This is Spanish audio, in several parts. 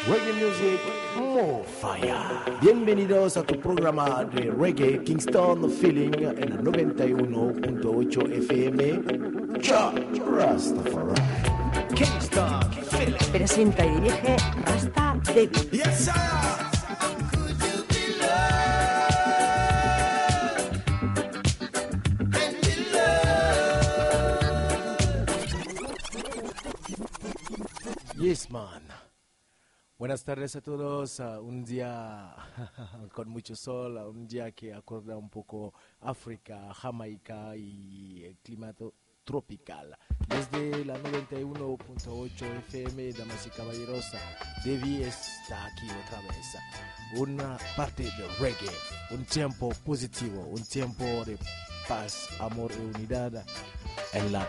Reggae Music More Fire. Bienvenidos a tu programa de Reggae Kingston Feeling en el 91.8 FM. Ja Rastafari. Kingston Feeling. Presenta y dirige Rasta David. Yes, sir. Yes, man. Buenas tardes a todos. Un día con mucho sol, un día que acorda un poco África, Jamaica y el clima tropical. Desde la 91.8 FM, damas y caballeros, Devi está aquí otra vez. Una parte de reggae, un tiempo positivo, un tiempo de paz, amor y unidad en la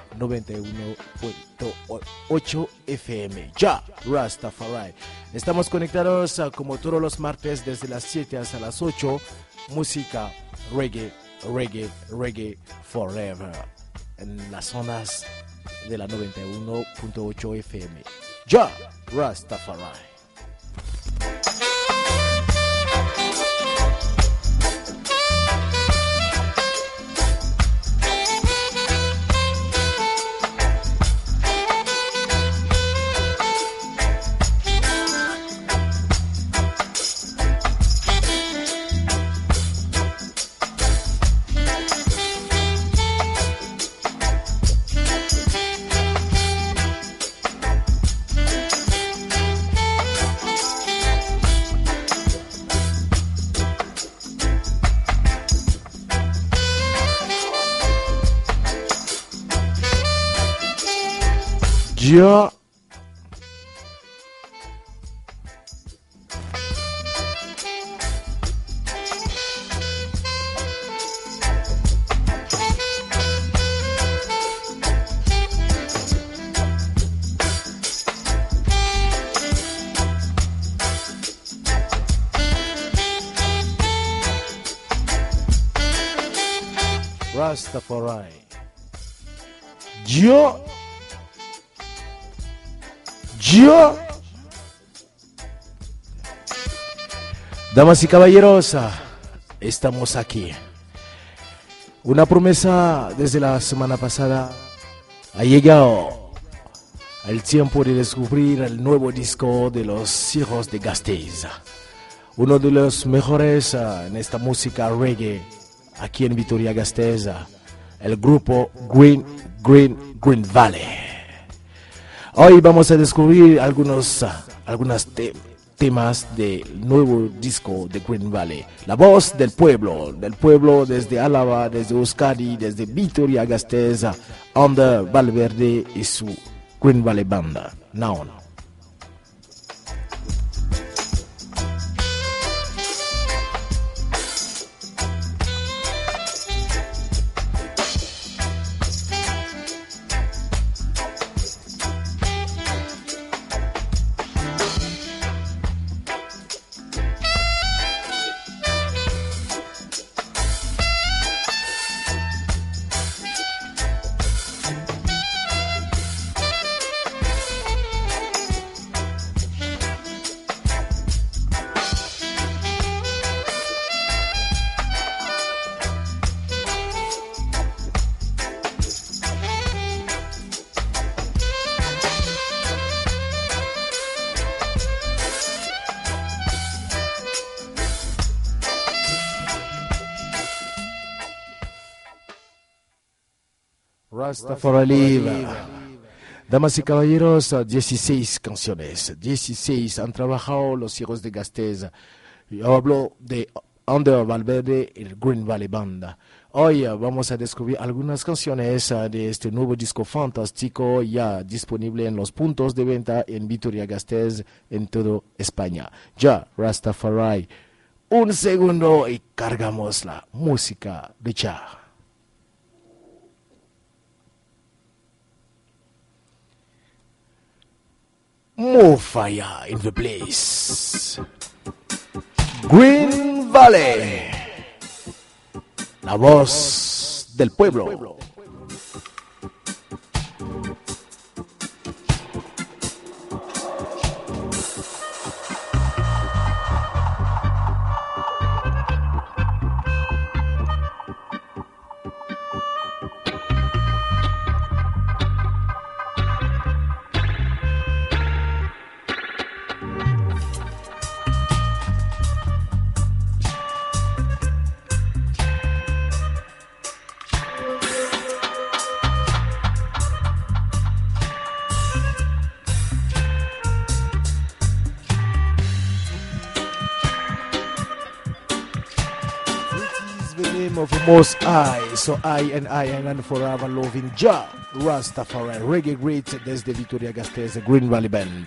91.8 FM. Ja Rastafari. Estamos conectados como todos los martes desde las 7 hasta las 8. Música reggae, reggae, reggae forever en las zonas de la 91.8 FM. Ja Rastafari. Yo Rastafari. Yo damas y caballeros, estamos aquí. Una promesa desde la semana pasada. Ha llegado el tiempo de descubrir el nuevo disco de los Hijos de Gasteiz. Uno de los mejores en esta música reggae aquí en Vitoria-Gasteiz. El grupo Green Valley. Hoy vamos a descubrir algunos temas del nuevo disco de Green Valley. La voz del pueblo desde Álava, desde Euskadi, desde Vitoria-Gasteiz, Ander Valverde y su Green Valley Banda. Now. Rastafari. Damas y caballeros, 16 canciones, 16 han trabajado los Hijos de Gasteiz. Yo hablo de Ander Valverde y el Green Valley Banda. Hoy vamos a descubrir algunas canciones de este nuevo disco fantástico ya disponible en los puntos de venta en Vitoria-Gasteiz en toda España. Ja Rastafari. Un segundo y cargamos la música de Ja. More fire in the place. Green Valley. La voz del pueblo. name of the Most High. So I and forever loving Jah Rastafari. Reggae great desde Vitoria Gasteiz, Green Valley Band.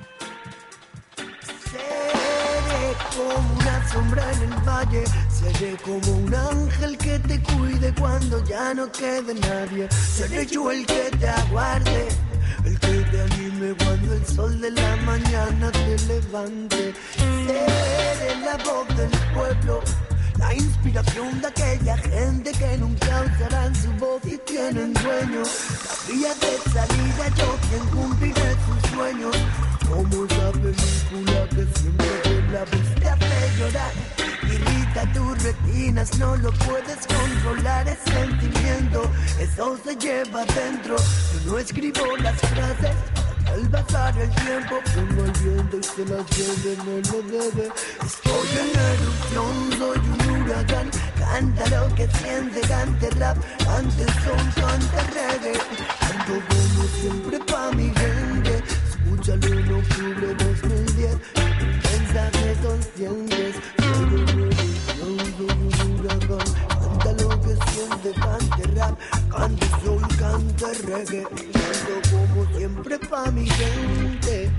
Seré como una sombra en el valle, seré como un ángel que te cuide cuando ya no quede nadie. Seré yo el que te aguarde, el que te anime cuando el sol de la mañana te levante. Seré la voz del pueblo, la inspiración de aquella gente que nunca usarán su voz y tienen dueño. La vía de salida, yo quien cumpliré sus sueños. Como esa película que siempre que la ves te hace llorar, irrita tus retinas, no lo puedes controlar. Es sentimiento, eso se lleva dentro. Yo no escribo las frases, al pasar el tiempo pongo el viento y se las lleve, me lo debe. Estoy en erupción, soy un huracán. Canta lo que siente, cante rap, cante son, cante reggae. Canto como siempre pa' mi gente. Escúchalo en octubre 2010. Mensajes conscientes. Soy un erupción, soy un huracán. Canta lo que siente, cante rap, cante soul, cante reggae. Canto como siempre pa' mi gente.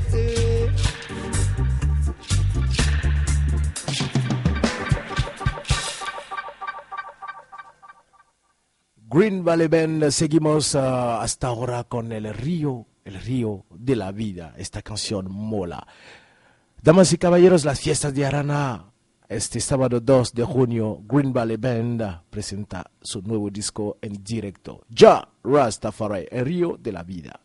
Green Valley Band, seguimos hasta ahora con el río de la vida. Esta canción mola. Damas y caballeros, las fiestas de Arana. Este sábado 2 de junio, Green Valley Band presenta su nuevo disco en directo. Jah Rastafari, el río de la vida.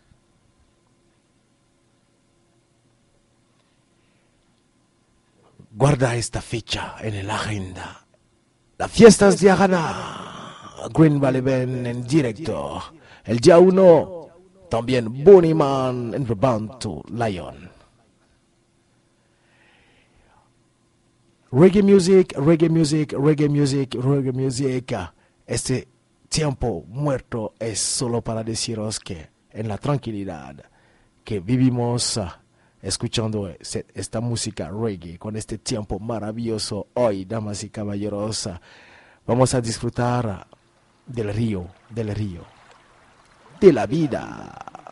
Guarda esta fecha en la agenda. Las fiestas de Arana. Green Valley Band en directo. El día 1, también Bonnie Man en Band to Lion. Reggae music, reggae music, reggae music, reggae music. Este tiempo muerto es solo para deciros que en la tranquilidad que vivimos escuchando esta música reggae con este tiempo maravilloso hoy, damas y caballeros, vamos a disfrutar del río, de la vida.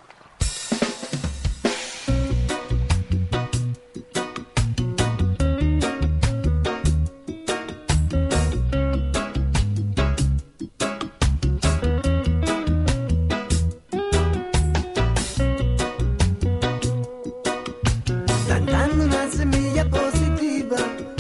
Plantando una semilla positiva,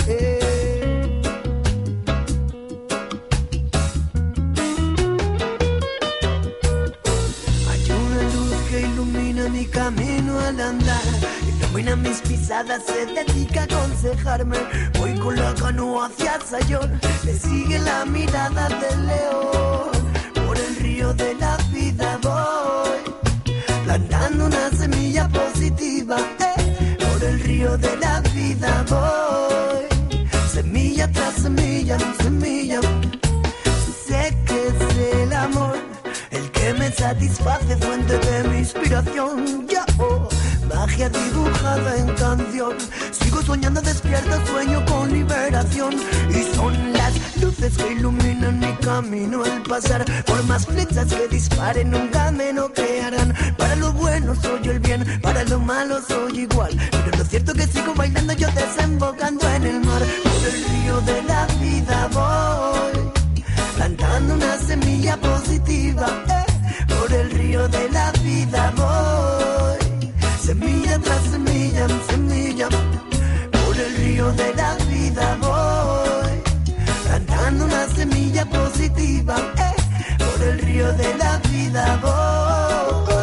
Hay una luz que ilumina mi camino al andar, ilumina mis pisadas, se dedica a aconsejarme. Voy con la canoa hacia Sayón, me sigue la mirada del león. Por el río de la vida voy, plantando una semilla positiva, Por el río de la vida voy, semilla tras semilla, semilla. Sé que es el amor el que me satisface, fuente de mi inspiración. Yo, magia dibujada en canción. Sigo soñando despierto, sueño con liberación. Y son las luces que iluminan mi camino al pasar. Por más flechas que disparen, nunca me noquearán. Para lo bueno soy el bien, para lo malo soy igual. Pero lo cierto que sigo bailando yo desembocando en el mar. Por el río de la vida voy, plantando una semilla positiva, Por el río de la vida voy, semilla tras semilla, semilla. Por el río de la vida voy, plantando una semilla positiva, Por el río de la vida voy.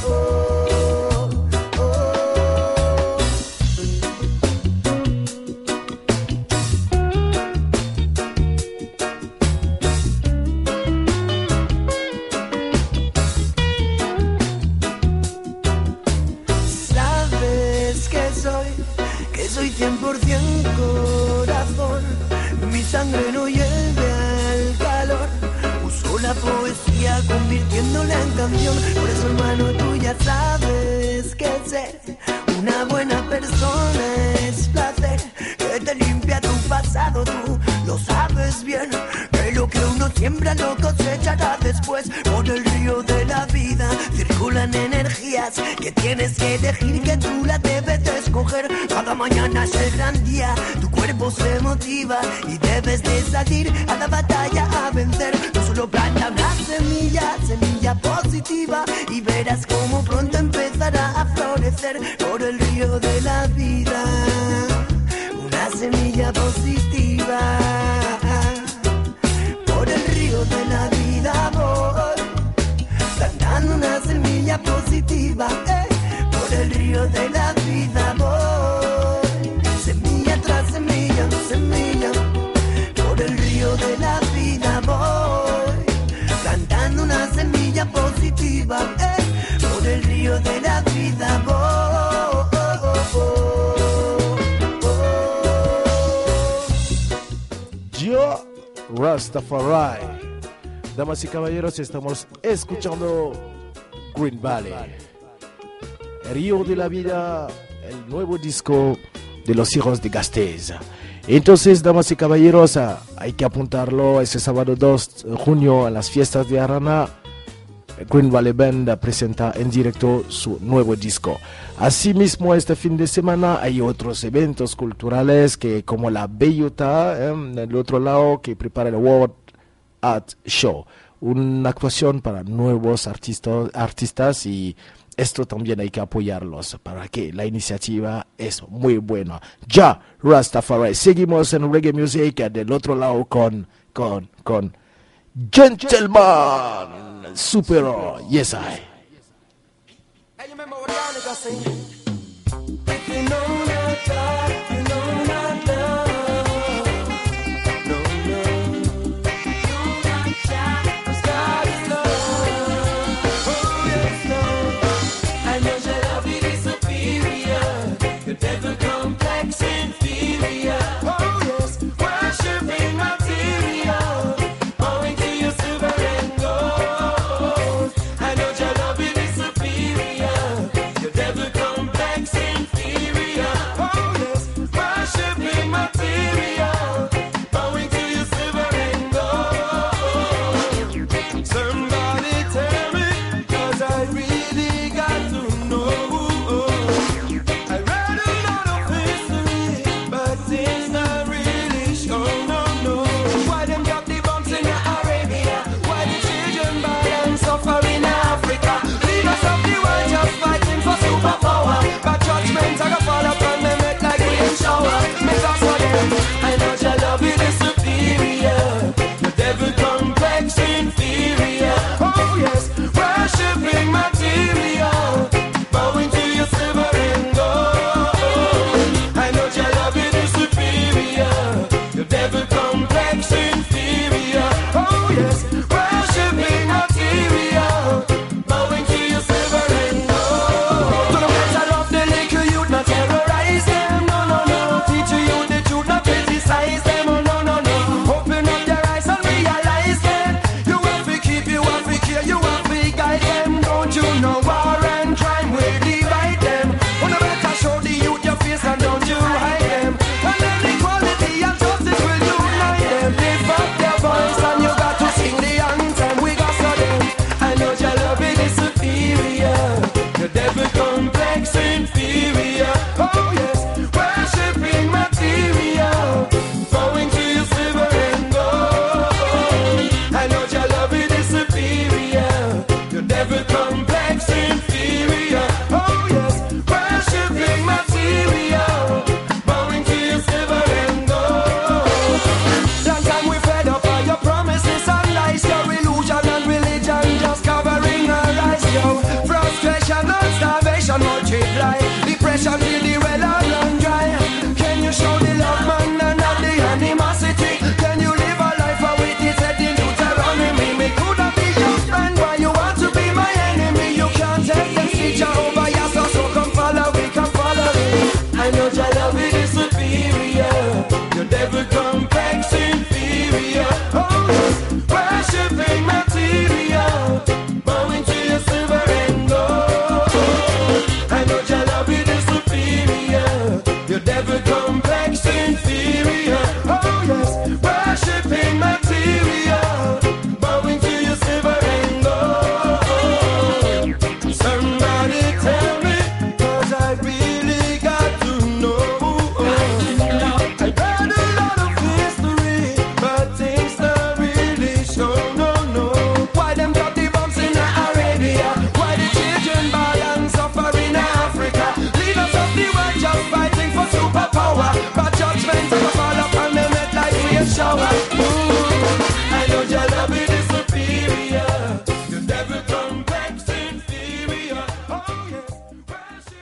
Soy 100% corazón, mi sangre no hierve al calor. Uso la poesía convirtiéndola en canción. Por eso, hermano, tú ya sabes que ser una buena persona es placer, que te limpia tu pasado, tú lo sabes bien. Que siembra lo cosechará después. Por el río de la vida circulan energías que tienes que elegir, que tú la debes de escoger. Cada mañana es el gran día, tu cuerpo se motiva y debes de salir a la batalla a vencer. No solo planta una semilla, semilla positiva, y verás cómo pronto empezará a florecer. Por el río de la vida, una semilla positiva. Por el río de la vida voy, plantando una semilla positiva. Por el río de la vida voy, semilla tras semilla, semilla. Por el río de la vida voy, plantando una semilla positiva. Por el río de la vida voy. Yo, Rastafari. Damas y caballeros, estamos escuchando Green Valley, Río de la Vida, el nuevo disco de los hijos de Gasteiz. Entonces, damas y caballeros, hay que apuntarlo ese sábado 2 de junio en las fiestas de Arana. Green Valley Band presenta en directo su nuevo disco. Asimismo, este fin de semana hay otros eventos culturales que, como la Bellota, en el otro lado, que prepara el World Art Show, una actuación para nuevos artistas, y esto también hay que apoyarlos para que la iniciativa es muy buena. Ya, Rastafari. Seguimos en Reggae Music del otro lado con Gentleman Super. Yes, I. Hey, you remember what Yannicka sing? If you know not God, you know not love. No, no. Do not try, 'cause God is love. Oh, yes, Lord. I know your love it is superior. The devil complex inferior. Oh, yes. Worshipping material, owing to your silver and gold. I know your love it is superior. Your devil complex inferior. Oh yes, worshipping material, bowing to your silver and gold. Somebody tell me, 'cause I really got to know. I read a lot of history, but things not really sure. No, no. Why them got the bombs in Arabia? Why the children bad and suffer in Africa? Leaders of the world just fighting for superpower, but judgment I go fall upon them it like rain shower. Make up for them. I know your love it is superior. The devil complex inferior. Oh yes, worshipping material, bowing to your silver and gold. I know your love it is superior. The devil complex inferior. Oh yes, worshipping material, bowing to your silver and gold. To the better of the little youth, not terrorize them. No, no, no. Teach you the truth, not criticize them. Oh, no, no, no. Open up their eyes and realize them. You have to keep, you have to care, you have to guide them. Don't you know war and crime will divide them? On the better show the youth your face and don't you hide them. And then equality and justice will unite them. Lift up their voice and you got to sing the anthem. We got so them. I know your love it is superior. The devil complex inferior. Oh yes, worshipping material, bowing to your silver and gold. I know your love it is superior. The devil complex inferior. Oh yes, worshipping material, bowing to your silver and gold. Long time we fed up on your promises and lies. Your illusion and religion just covering our eyes. Yo, frustration and starvation multiply. Depression till the well and run dry. Can you show the love, man, and not the animosity? Can you live a life with it said in Deuteronomy? Me could have been your friend, why you want to be my enemy? You can't take the teacher over your soul, so come follow me, come follow me. I know your love it is superior. Your devil complex inferior. Oh yes, worshipping material, bowing to your silver and gold. I know your love it is superior.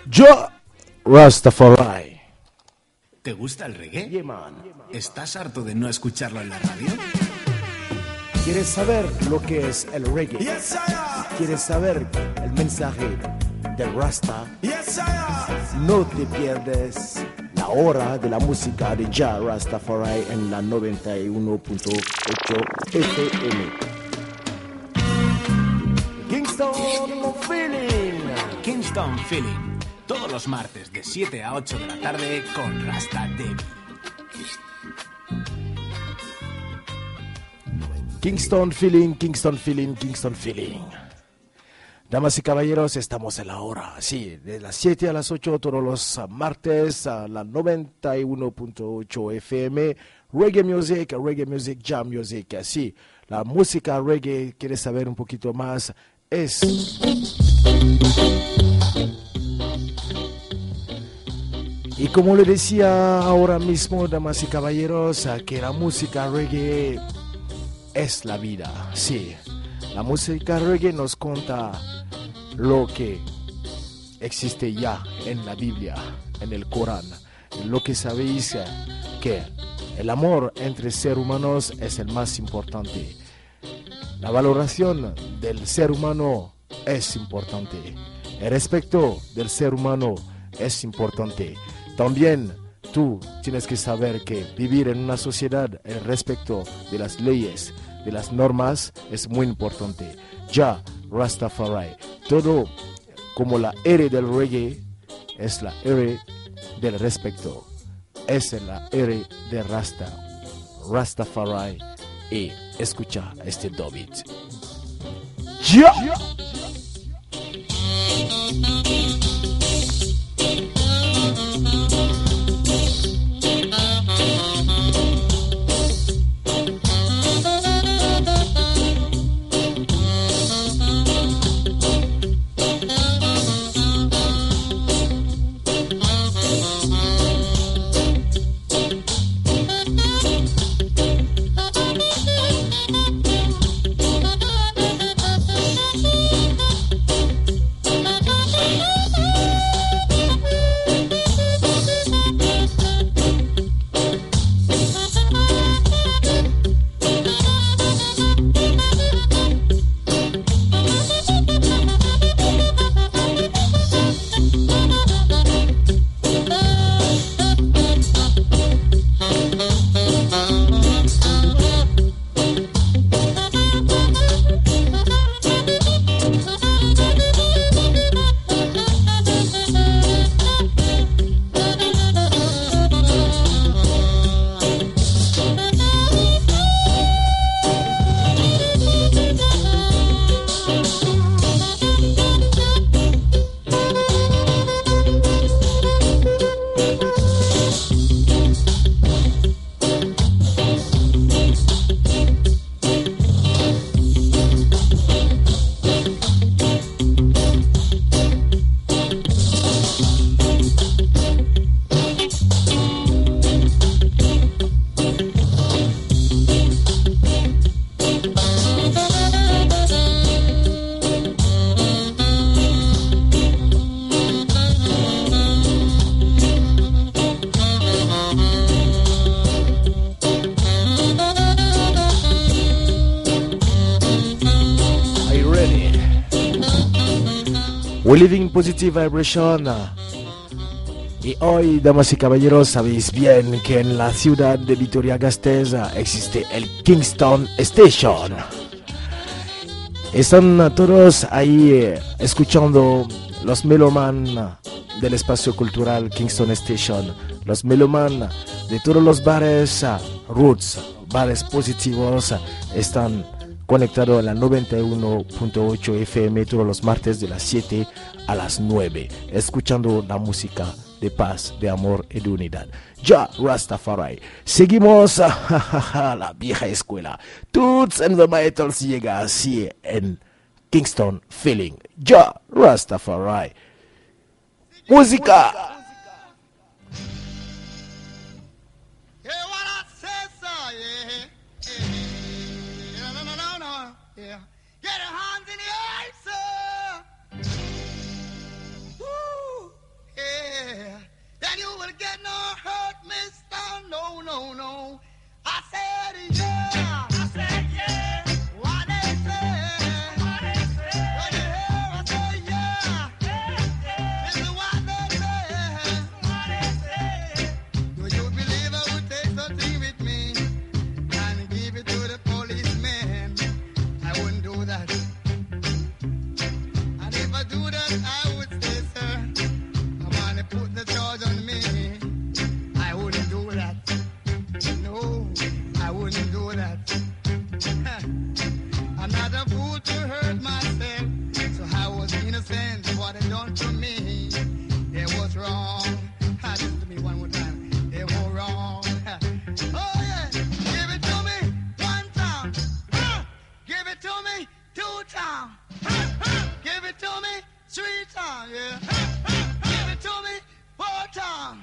Yo, Rastafari. ¿Te gusta el reggae? Yeah, man. ¿Estás harto de no escucharlo en la radio? ¿Quieres saber lo que es el reggae? Yes, sir. ¿Quieres saber el mensaje del Rasta? Yes, sir. No te pierdes la hora de la música de Ja Rastafari en la 91.8 FM. Kingston Feeling. Kingston Feeling. Todos los martes de 7 a 8 de la tarde con Rasta Devi. Kingston Feeling, Kingston Feeling, Kingston Feeling. Damas y caballeros, estamos en la hora, sí, de las 7 a las 8 todos los martes a la 91.8 FM. Reggae Music, Jam Music, sí. La música reggae, ¿quieres saber un poquito más? Es... Y como le decía ahora mismo, damas y caballeros, que la música reggae es la vida, sí. La música reggae nos cuenta lo que existe ya en la Biblia, en el Corán. Lo que sabéis que el amor entre seres humanos es el más importante. La valoración del ser humano es importante. El respeto del ser humano es importante. También tú tienes que saber que vivir en una sociedad, el respeto de las leyes, de las normas, es muy importante. Ya, Rastafari, todo como la R del reggae es la R del respeto. Es la R de Rastafari. Y escucha este dubit. ¡Ya! We're living positive vibration. Y hoy, damas y caballeros, sabéis bien que en la ciudad de Vitoria-Gasteiz existe el Kingston Station. Están todos ahí escuchando los meloman del espacio cultural Kingston Station. Los meloman de todos los bares roots, bares positivos, están conectados a la 91.8 FM todos los martes de las 7 a las 9, escuchando la música de paz, de amor y de unidad. Ya Rastafari. Seguimos a la vieja escuela. Toots and the Maytals llega así en Kingston Feeling. Ya Rastafari. Música. will get no hurt, mister. No, no, no. I said yeah. I said yeah. What they say? What they say? What you hear? I say yeah. This is what they say. What they say? Do you believe I would take something with me and give it to the policeman? I wouldn't do that. And if I do that, I would say, sir, come on and put the charge on me. I wouldn't do that. No, I wouldn't do that. I'm not a fool to hurt myself, so I was innocent. What they done to me, it was wrong. Listen to me one more time. They were wrong. Oh yeah, give it to me one time. Give it to me 2 times. Give it to me 3 times. Yeah. Give it to me 4 times.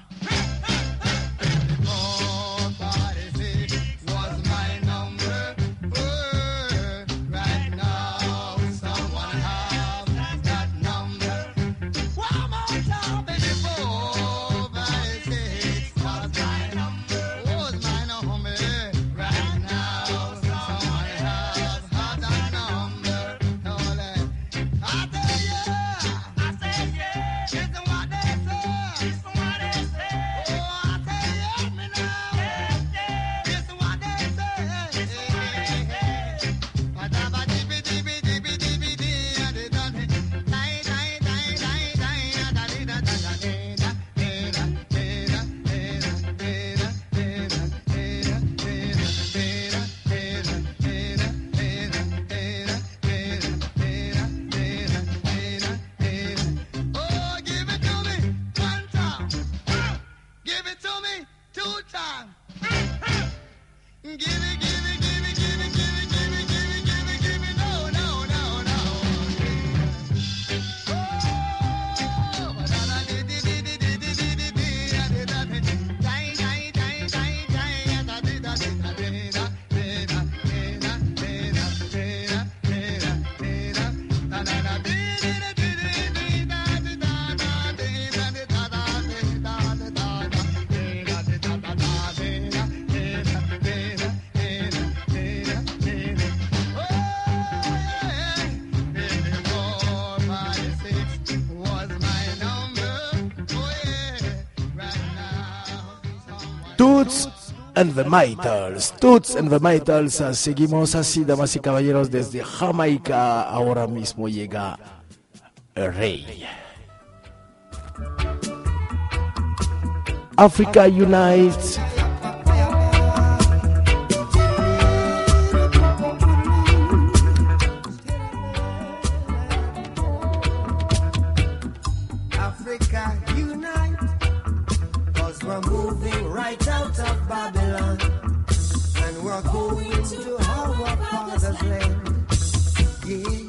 446 was my number. Right now, someone has that number. One more time, baby. 456 was my number. Was my number. Right now, someone has that number. I say yeah. I say yeah. Listen what they say. Listen what they say. Oh, I say yeah, me now. Listen what they say. Listen what they say. Badaba dibby dibby dibby dibby dee, da da da, die die die die die, da da da da da da da Oh, give it to me 1 time. Give it to me 2 times. Give it, give it, give it, give it, give it, give it, give it, give it, give it. No, no, no, no. Oh, da-da, di-di-di-di-di-di-di-di, da-di-da-di, die, die, die, die, die, da-di-da-di-da-di-da, di-da, di-da, di-da, di-da, di-da, di-da, da-da-da, di-di-di-di-di-da, di-da-da, di-da-di-da-da, di-da-di-da-da, Toots and the Maytals. Toots and the Maytals. Seguimos así, damas y caballeros, desde Jamaica. Ahora mismo llega el rey. Africa Unites. Africa unite, 'cause we're moving right out of Babylon, and we're going to our father's land. Yeah.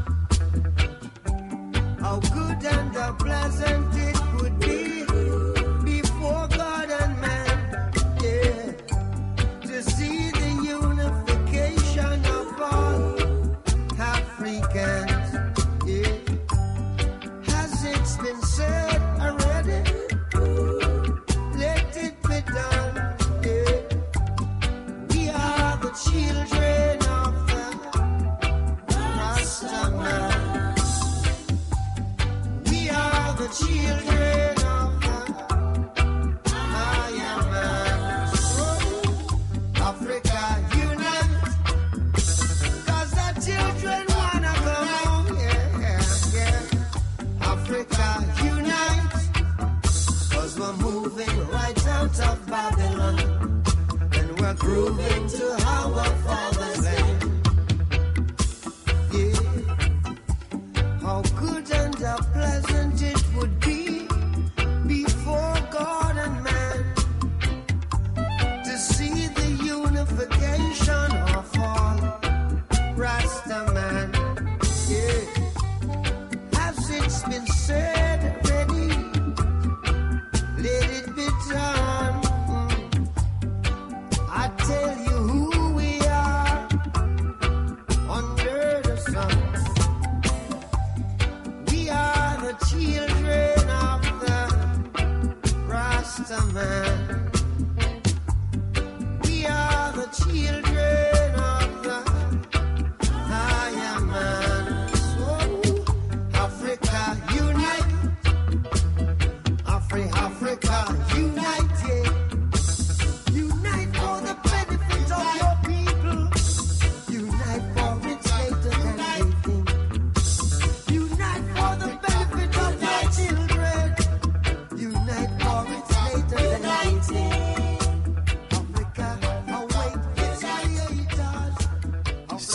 How good and how pleasant it would be before God and man, yeah, to see the unification of all Africans, yeah. Has it been said already? Let it be done, yeah. We are the children of the Rastaman. We are the children of the Ayaman. Africa unite, 'cause the children wanna come home, yeah, yeah. Africa unite, 'cause we're moving right out of Babylon, and we're grooving to our father's land. Yeah. How good and how pleasant it would be before God and man to see the unification of all Rastaman. Yeah. Has it been said already? Let it be done. I tell you who we are.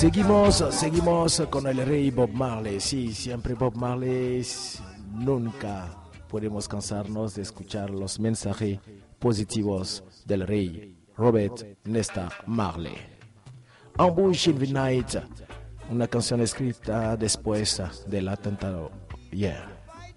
seguimos con el rey Bob Marley. Sí, siempre Bob Marley. Nunca podemos cansarnos de escuchar los mensajes positivos del rey Robert Nesta Marley. Ambush in the Night, una canción escrita después del atentado. Yeah.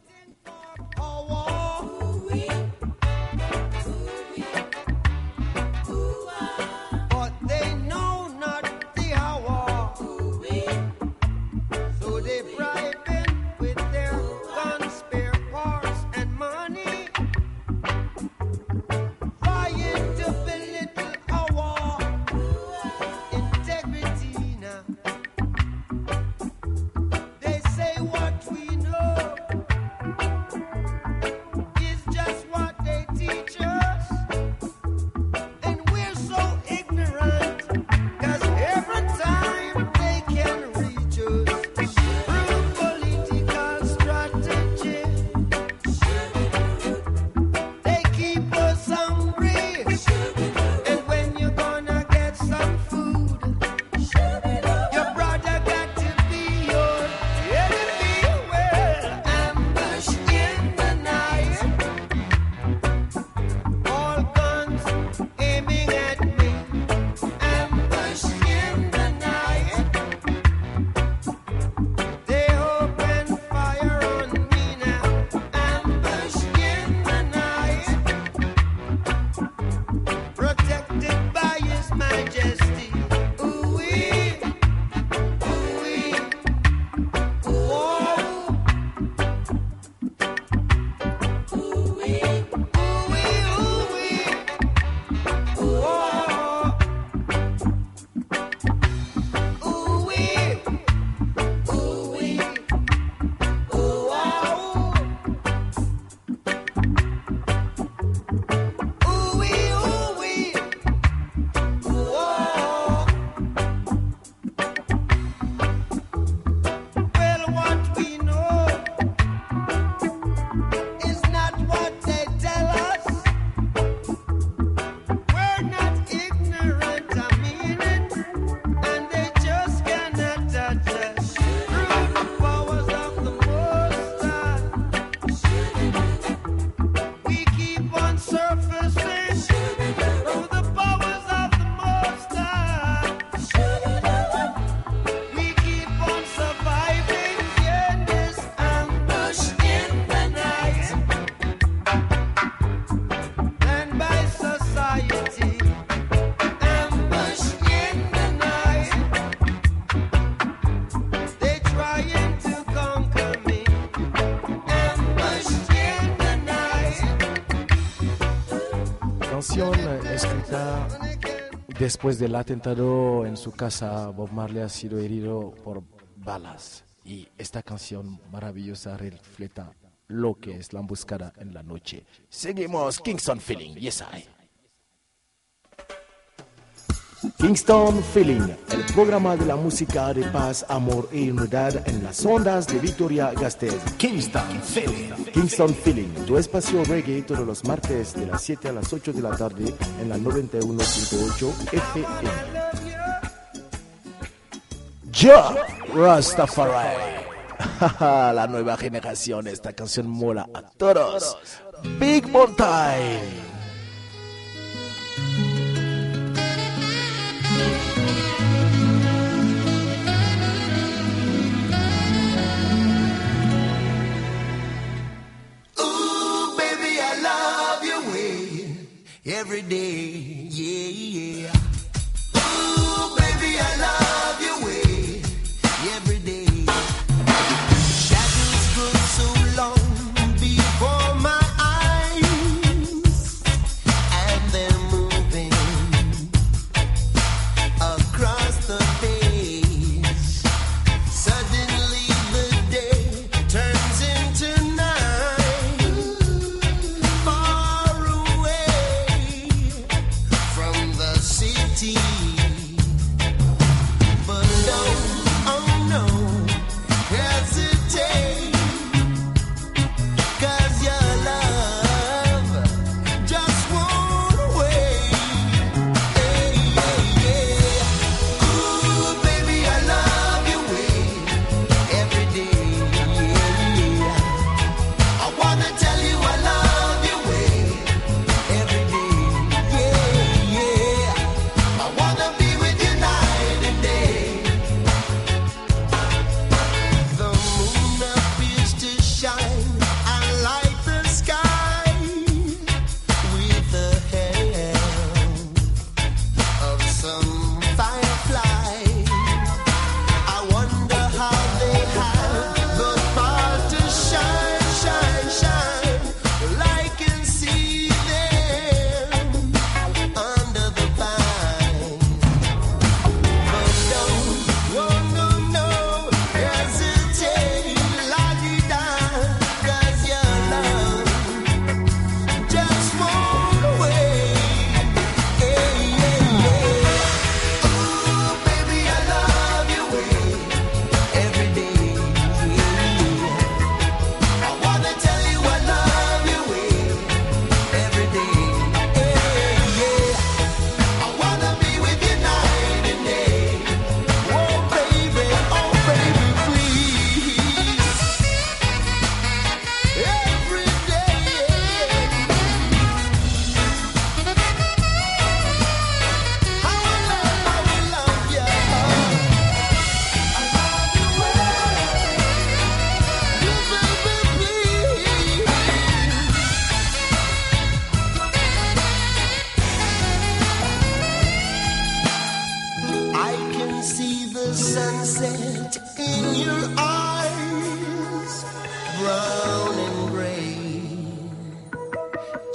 Escrita después del atentado en su casa. Bob Marley ha sido herido por balas y esta canción maravillosa refleja lo que es la emboscada en la noche. Seguimos Kingston Feeling, yes I. Kingston Feeling, el programa de la música de paz, amor e unidad en las ondas de Victoria Gasteiz. Kingston Feeling. Kingston Feeling, tu espacio reggae todos los martes de las 7 a las 8 de la tarde en la 91.8 FM. Yo, Rastafari. La nueva generación, esta canción mola a todos. Big Mountain. Every day, yeah, yeah. Ooh, baby, I love your way. Every day. Shadows grow so long before my eyes, and they're moving across the page. Suddenly the day turns into night. Far away from the city, but don't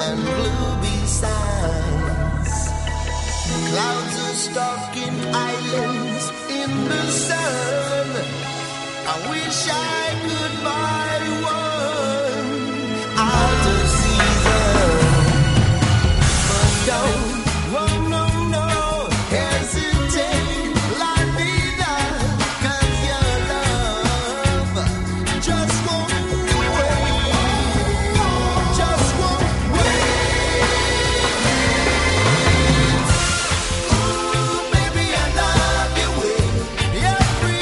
and blue besides. Clouds are stalking islands in the sun. I wish I could buy one out of season, but don't, oh no, no, hesitate, la vida, 'cause your love just won't wait, just won't wait. Ooh, baby, I love you every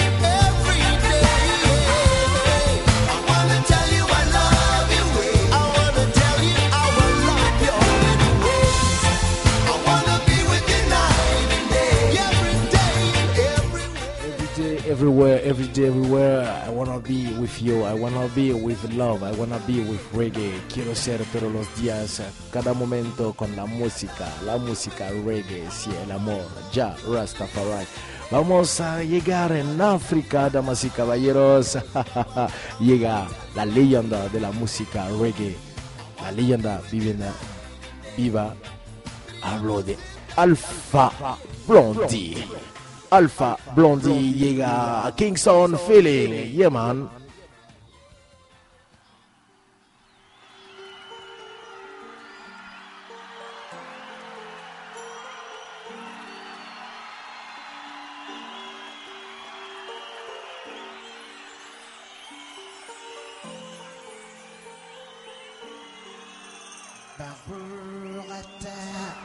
day. I wanna tell you I love you. I wanna tell you how I love you anyway. I wanna be with you night and day, every day, everywhere. Every day, everywhere. I wanna be with you. I wanna be with love. I wanna be with reggae. Quiero ser todos los días, cada momento con la música reggae. Sí, el amor. Ya, Rastafari. Vamos a llegar en África, damas y caballeros. Llega la leyenda de la música reggae. La leyenda viva. Hablo de Alpha Blondy. Alpha Blondy llega a Kingston Feeling. Yeah, man. Baruata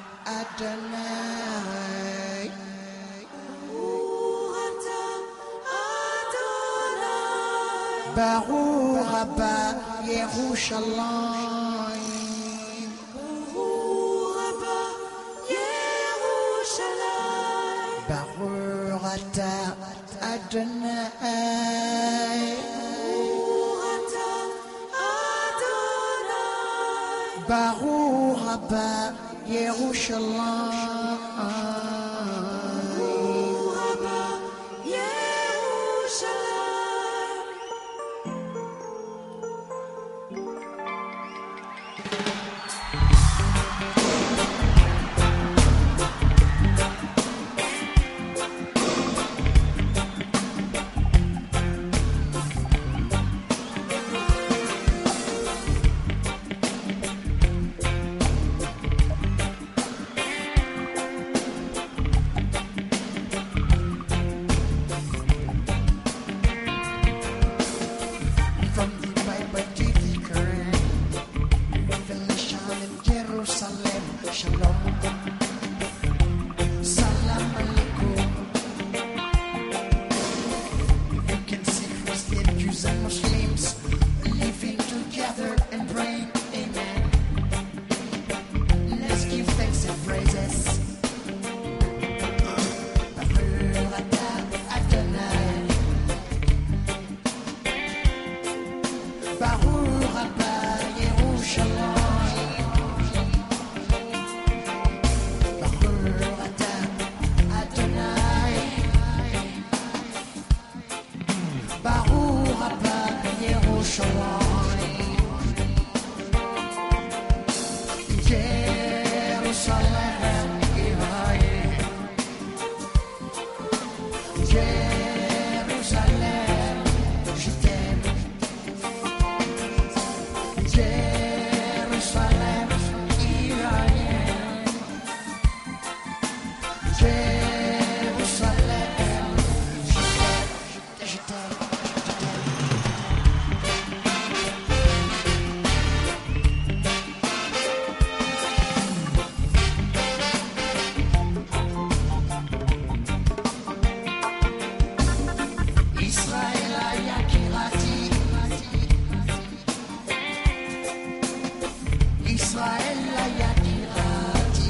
Adonai. Baruch Rabba Yerushalayim. Baruch Ata Adonai. Baruch Rabba Yerushalayim. From the Bible to the Quran, revelation in Jerusalem. Shalom, salam alaikum. You can see Christian Jews and Muslims living together and praying. Amen. Let's give thanks and praises. Baruch atah Adonai. Baruch Rabba Yerushalayim. Baruch atah Adonai. Baruch Rabba Yerushalayim. Jerusalem, Israel. Jerusalem, je t'aime. Jerusalem, Israel. Jerusalem, je t'aime. Israel, Yakirati. Israel, Yakirati.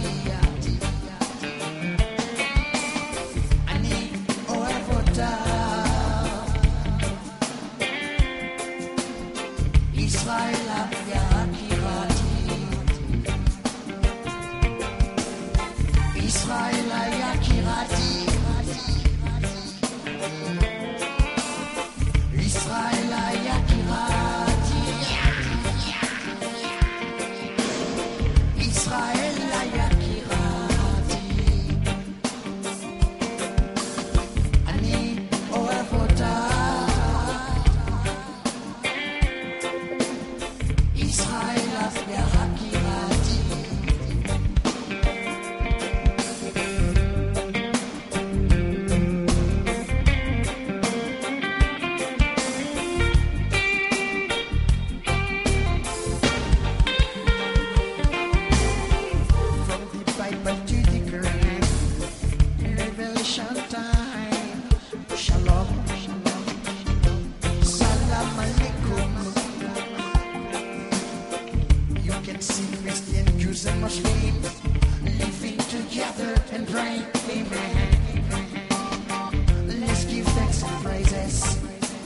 Ani Oevota. Israel, Yakirati. Israel, Yakirati. Israel, Yakirati. Christian, Jews and Muslims living together and praying. Amen. Let's give thanks and praises.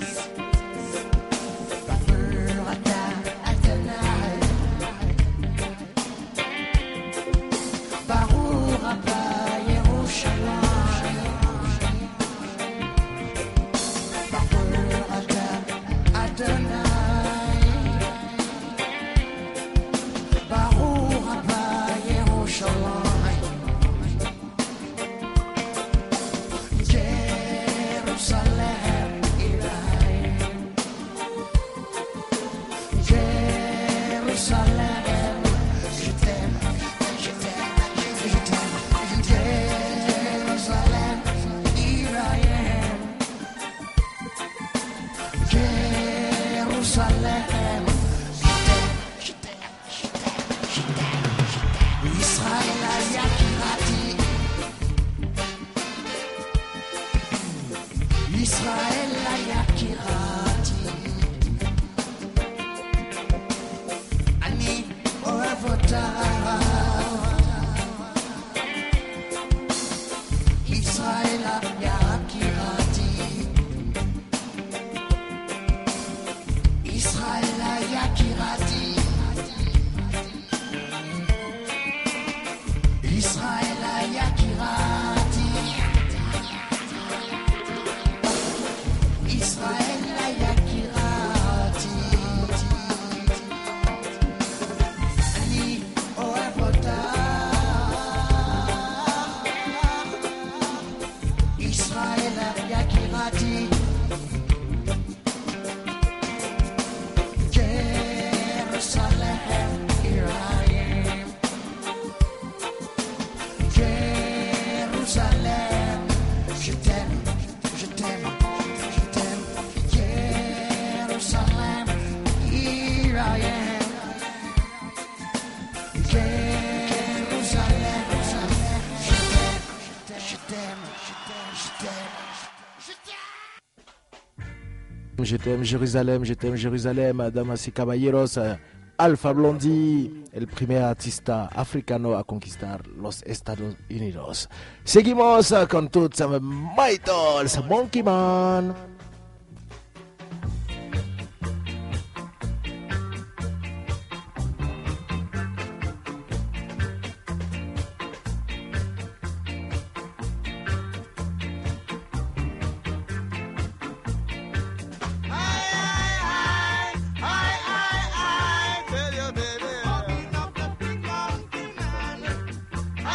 Je t'aime Jérusalem, damas y caballeros. Alpha Blondy, el primer artista africano a conquistar los Estados Unidos. Seguimos con tots amb Mytals, Monkey Man.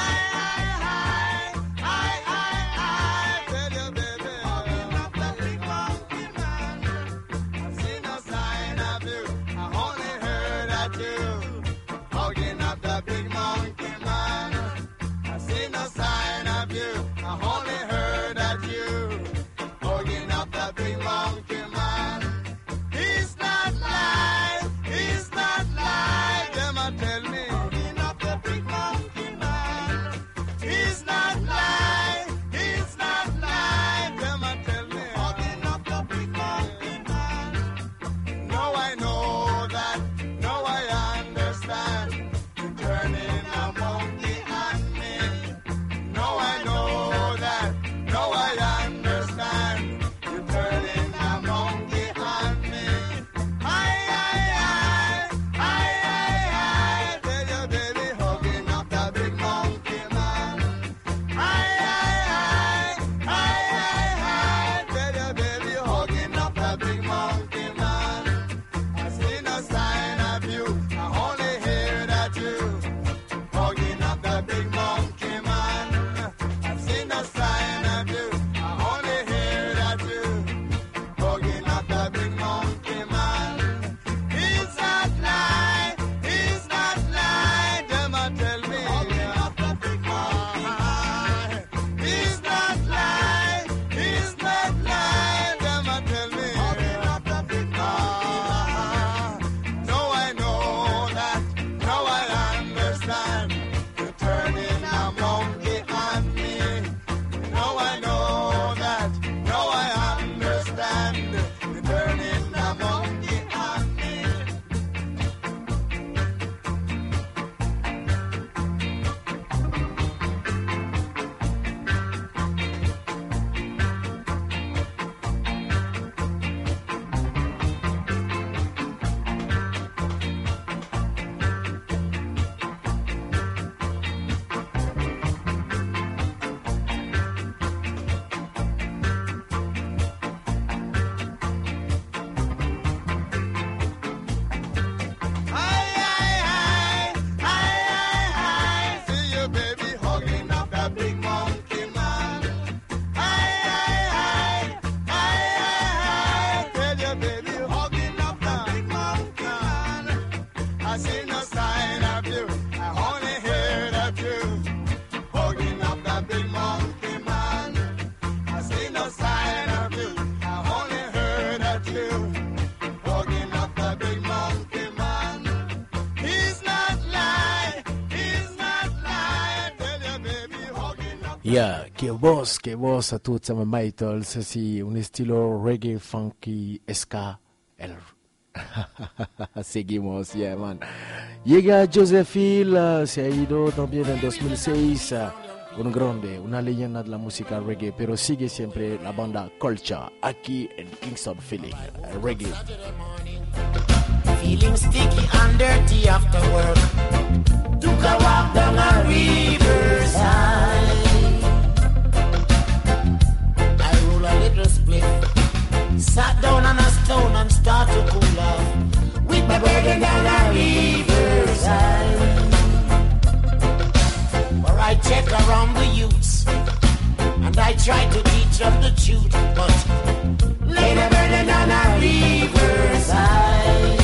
Baby. Yeah, che voz a tutti sama Beatles, sì, un estilo reggae, funky, ska, Seguimos, yeah, man. Llega Joseph Hill, se ha ido también en 2006, un grande, una leyenda de la música reggae, pero sigue siempre la banda Culture aquí en Kingston Feeling, reggae. Feeling sticky and dirty after work. Took a walk down a riverside. I roll a little split. Sat down on a stone and start to cool off. With my burden down a riverside. Where I check around the youths. And I try to teach them the truth. But lay the burden down a riverside.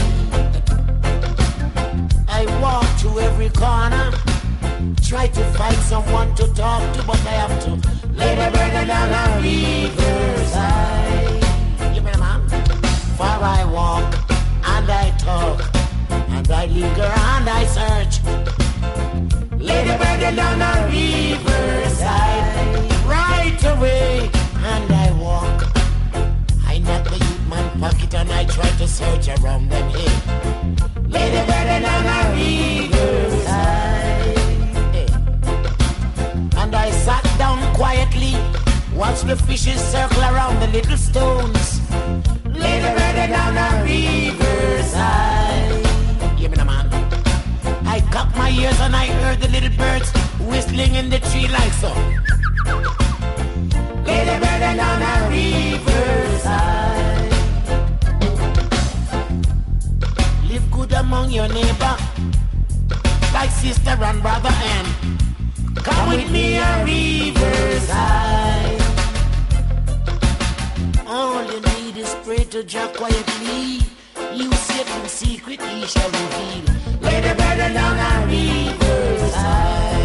I walk to every corner, try to find someone to talk to, but I have to lay the burden down a riverside. You mean, man? For I walk and I talk and I linger and I search. Lay the burden down a riverside. Right away and I walk. I knock the youth man pocket and I try to search around them here. Lay the burden on a riverside. And I sat down quietly, watched the fishes circle around the little stones. Lay the burden on a riverside. Give me the man. I cocked my ears and I heard the little birds whistling in the tree like so. Lay the burden on a riverside. Live good among your neighbor, like sister and brother, and come with me a riverside. All you need is pray to Jah quietly. You sit in secret, he shall reveal. Lay the burden down a riverside.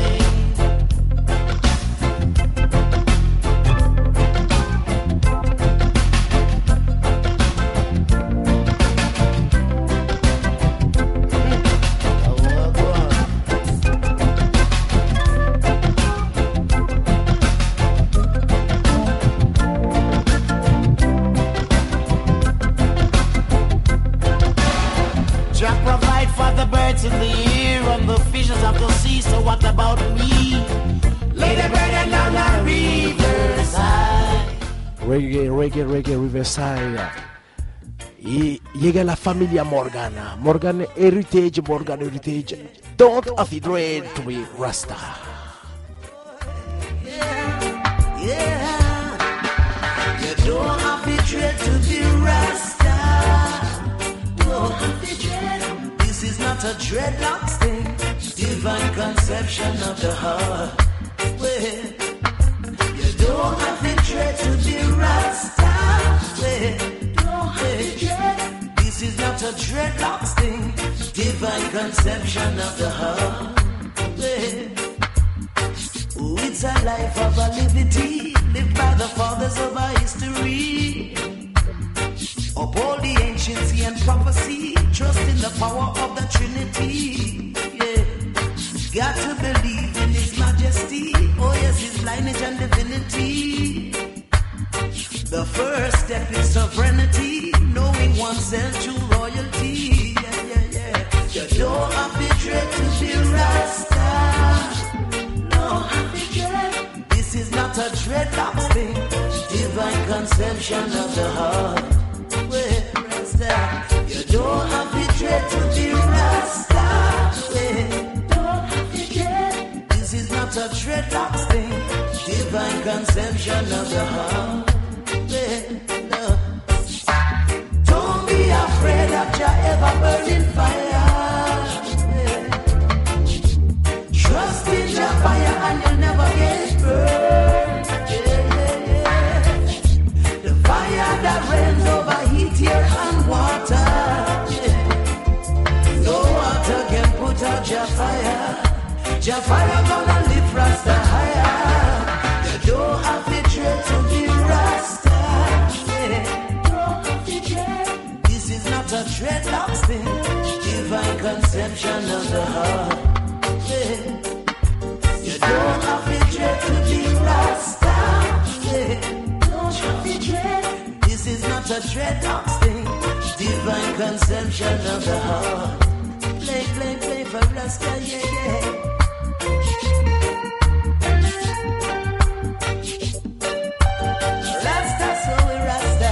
In the air and the fishes of the sea, so what about me? Lay the burden down a riverside. Reggae, Riverside. Y llega la familia Morgana. Morgan Heritage. Don't afraid to be Rasta. Yeah. You don't have to dread to be Rasta. Don't have to dread. This is not a dreadlocks thing. Divine conception of the heart. Well, you don't have to dread to be Rasta. Well, don't have to dread. This is not a dreadlocks thing. Divine conception of the heart. Well, oh, it's a life of a liberty, lived by the fathers of our history. Uphold the anciency and prophecy, trust in the power of the Trinity. Yeah, got to believe in His majesty. Oh yes, His lineage and divinity. The first step is sovereignty, knowing oneself true royalty. Yeah. You don't have to dread to be Rasta. No, this is not a dreadlocks thing. Divine conception of the heart. Well, Rasta, you don't have to dread to be Rasta. Well, don't have to dread. This is not a dreadlocks thing. Divine conception of the heart. Well, no. Don't be afraid of your ever burning fire. Well, trust in your fire and you'll never get burned. Yeah. The fire that rains over heat, air and water. Yeah. No water can put out your fire. Your fire gonna lift Rasta higher. You don't have to dread to be Rasta. Yeah. Don't have to dread. This is not a dreadlocks thing. Divine conception of the heart. Yeah. You don't have to dread to be Rasta. dreadlocks thing. Divine conception of the heart. Play, play, play for Rasta, yeah, yeah. Rasta, so we Rasta.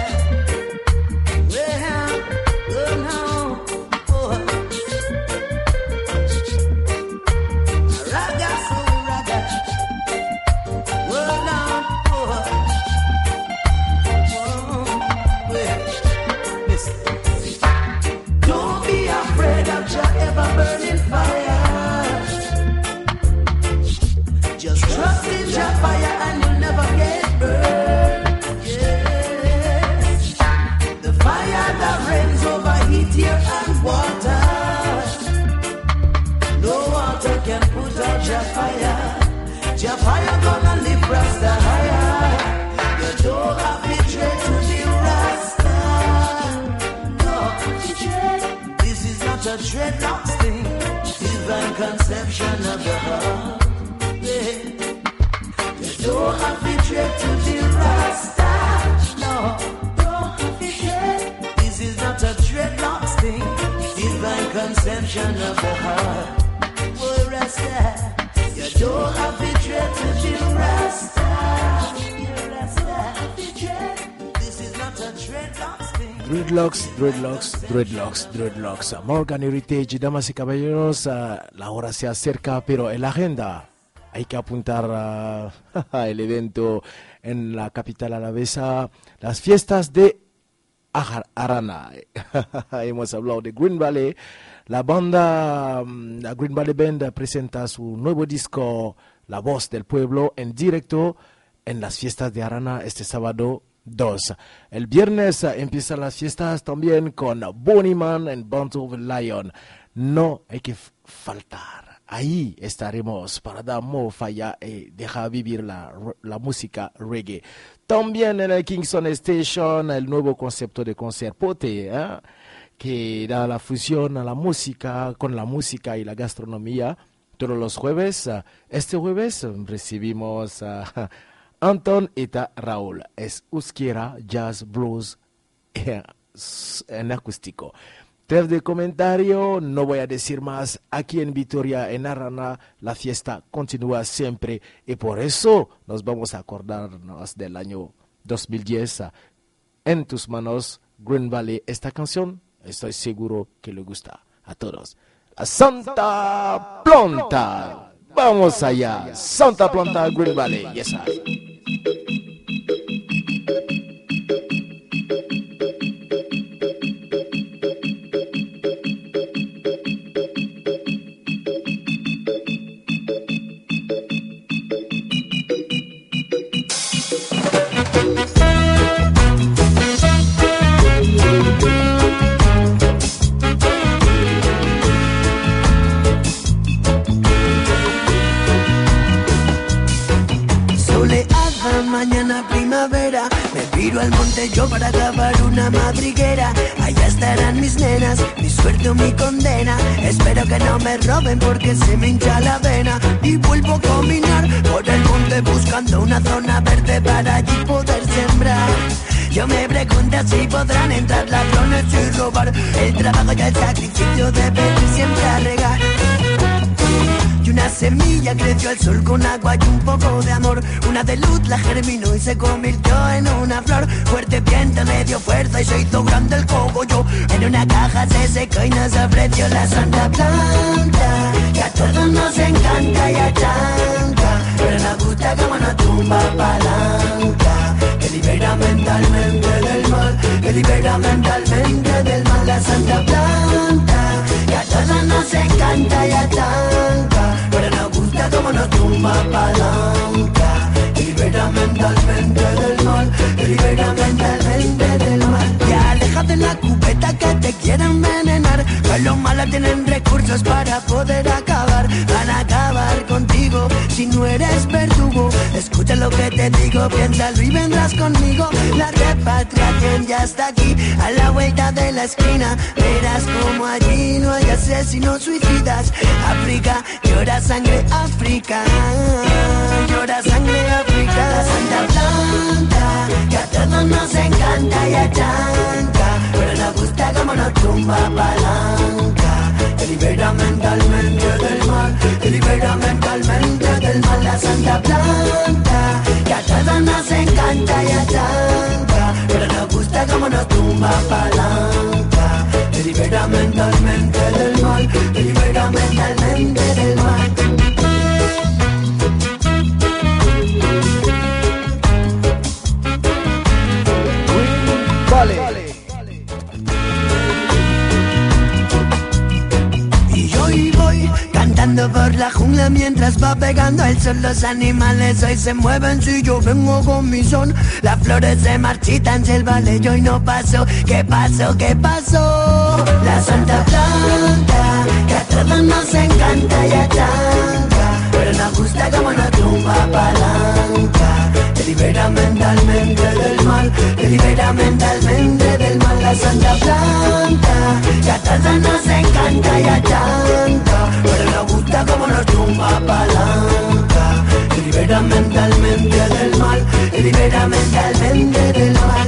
Well, oh no, oh. Raga, so we raga. Well, no, oh. Don't be afraid of your ever burning fire. Just trust in your fire and you'll never get burned. Yes. The fire that rains over heat, air and water. No water can put out your fire. Your fire gonna lift Rasta higher. You don't have to dread to be Rasta. No, this is not a dreadlocks thing. Divine conception of the heart. Yeah. You don't have to dread to be Rasta. No, don't have to dread. This is not a dreadlocks thing. Divine conception of the heart. Oh, Rasta. You don't have to dread to be Rasta. This is not a dreadlocks thing. Dreadlocks. Morgan Heritage, damas y caballeros, la hora se acerca, pero en la agenda hay que apuntar el evento en la capital alavesa, las fiestas de Arana. Hemos hablado de Green Valley. La banda, la Green Valley Band presenta su nuevo disco, La Voz del Pueblo, en directo en las fiestas de Arana este sábado 2. El viernes empiezan las fiestas también con Bonnie Man en Band of Lion. No hay que faltar. Ahí estaremos para dar falla y dejar vivir la música reggae. También en el Kingston Station, el nuevo concepto de concertote, que da la fusión a la música, con la música y la gastronomía. Todos los jueves, este jueves recibimos a Anton y Raúl. Es euskera, jazz, blues en acústico. Tras de comentario, no voy a decir más. Aquí en Vitoria, en Arana, la fiesta continúa siempre y por eso nos vamos a acordarnos del año 2010. En tus manos, Green Valley, esta canción, estoy seguro que le gusta a todos. La Santa Planta. Vamos allá. Santa Planta, Green Valley. Yes, sir. Al monte yo para cavar una madriguera. Allá estarán mis nenas, mi suerte o mi condena. Espero que no me roben porque se me hincha la vena. Y vuelvo a caminar por el monte buscando una zona verde para allí poder sembrar. Yo me pregunto si podrán entrar ladrones y robar. El trabajo y el sacrificio deben siempre a regar. Y una semilla creció al sol con agua y un poco de amor. Una de luz la germinó y se convirtió en una flor. Fuerte viento le dio fuerza y se hizo grande el cogollo. En una caja se secó y nos ofreció la Santa Planta, que a todos nos encanta y achanca, pero nos gusta como nos tumba palanca. Que libera mentalmente del mal, que libera mentalmente del mal. La Santa Planta, que a todos nos encanta y achanca, pero nos gusta como nos tumba palanca. Que libera mentalmente del mal, que libera mentalmente del mal. Ya aléjate la cubeta que te quieren envenenar, que los malos tienen recursos para poder acabar. Van a acabar contigo si no eres verdugo. Escucha lo que te digo, piénsalo y vendrás conmigo. La repatriación ya está aquí, a la vuelta de la esquina. Verás como allí no hay asesinos suicidas. África llora sangre, África llora sangre, África. La Santa Planta, que a todos nos encanta y achan, tumba palanca. Te libera mentalmente del mal, te libera mentalmente del mal. La santa planta, que a todas nos encanta y atranca, pero nos gusta como nos tumba palanca. Te libera mentalmente del mal, te libera mentalmente del mal. Vale. Y yo y voy cantando por la jungla mientras va pegando el sol. Los animales hoy se mueven si yo vengo con mi son. Las flores se marchitan si el vale yo y no paso. ¿Qué pasó? ¿Qué pasó? La santa planta que a todos nos encanta y atranca, pero nos gusta como nos tumba palanca. Te libera mentalmente del mal, te libera mentalmente del mal. La santa planta que a todos nos encanta y atranca, pero nos gusta como nos tumba palanca. Te libera mentalmente del mal, te libera mentalmente del mal.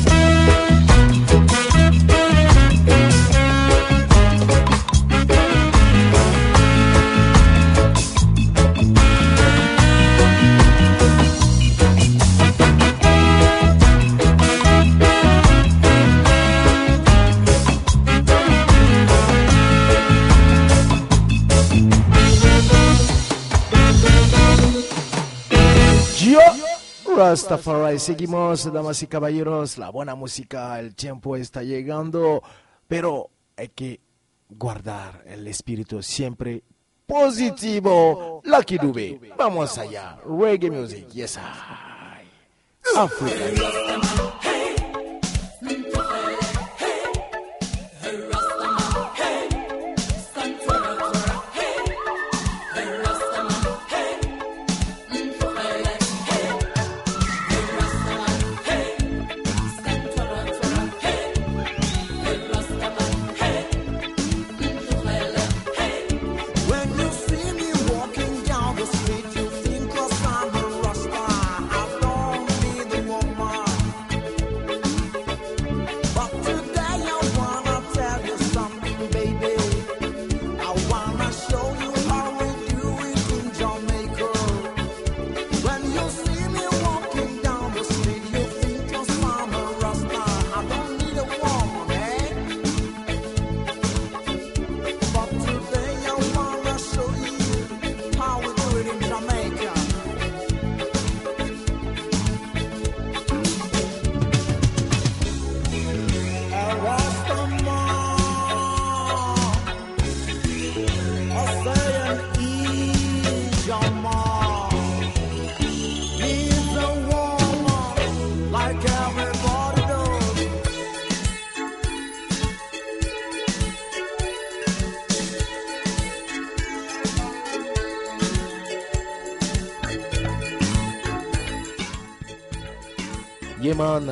Rastafari, seguimos, damas y caballeros, la buena música, el tiempo está llegando, pero hay que guardar el espíritu siempre positivo. Lucky Dube, vamos allá, reggae music, yes I, Africa. Yeman,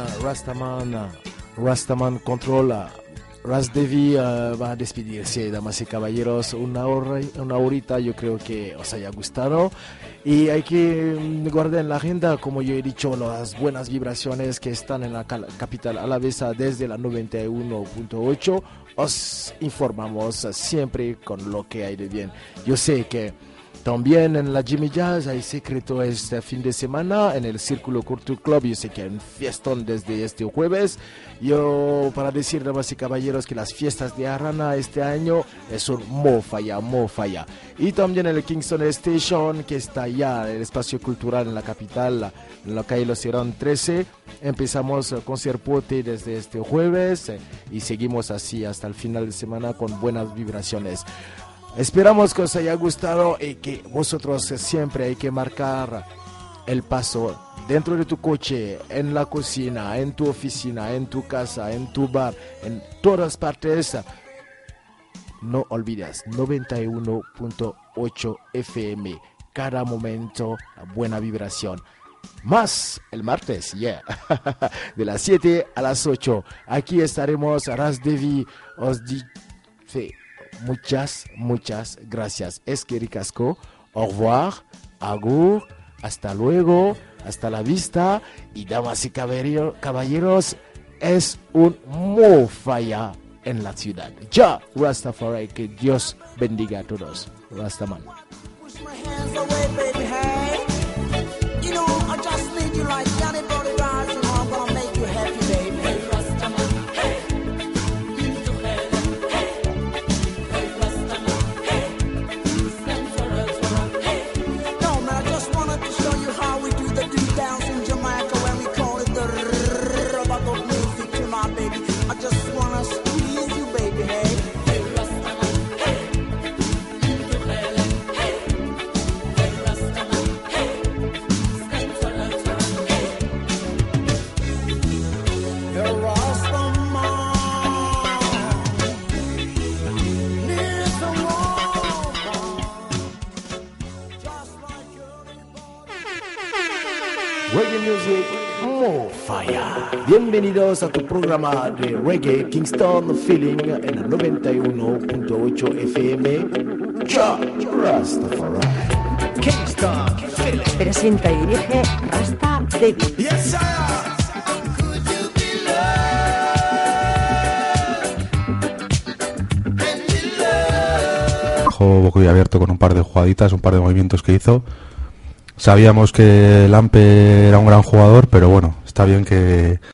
Rastaman controla. Rasdevi va a despedirse, damas y caballeros, una horita, yo creo que os haya gustado y hay que guardar en la agenda, como yo he dicho, las buenas vibraciones que están en la capital alavesa desde la 91.8. Os informamos siempre con lo que hay de bien. Yo sé que también en la Jimmy Jazz hay secreto este fin de semana en el Círculo Culture Club. Yo sé que hay un fiestón desde este jueves. Yo para decir, damas y caballeros, que las fiestas de Arana este año es un mofaya. Y también en el Kingston Station, que está allá en el espacio cultural en la capital, en la calle Los Cerón 13. Empezamos con Serpote desde este jueves y seguimos así hasta el final de semana con buenas vibraciones. Esperamos que os haya gustado y que vosotros siempre hay que marcar el paso dentro de tu coche, en la cocina, en tu oficina, en tu casa, en tu bar, en todas partes. No olvides 91.8 FM, cada momento buena vibración. Más el martes, de las 7 a las 8. Aquí estaremos, Rasdevi, os dice muchas gracias. Es que ricasco, au revoir, agur, hasta luego, hasta la vista. Y damas y caballeros, es un mofaya en la ciudad. Ya, Rastafari, que Dios bendiga a todos. Rastaman. Push my hands away, baby, hey. You know, I just need you like Johnny Body Rise, you know, I'm gonna make you happy, baby. Hey, Rastaman, hey. Into heaven, hey. Hey, Rastaman, hey. Stand forever, hey. No, man, I just wanted to show you how we do the dance in Jamaica when we call it the rubber music to my baby. I just wanna squeeze you, baby, hey. Hey, Rastaman, hey. Into heaven, hey. Hey, Rastaman, hey. Stand forever, hey. The Rastaman needs a woman just like Reggae Music, more fire. Bienvenidos a tu programa de Reggae Kingston Feeling en el 91.8 FM. Ya, Rastafari. Kingston Feeling. Presenta y dirige Rasta David. Yes, sir. Could you be loved? Dejó boco y abierto con un par de jugaditas, un par de movimientos que hizo. Sabíamos que Lampe era un gran jugador, pero bueno, está bien que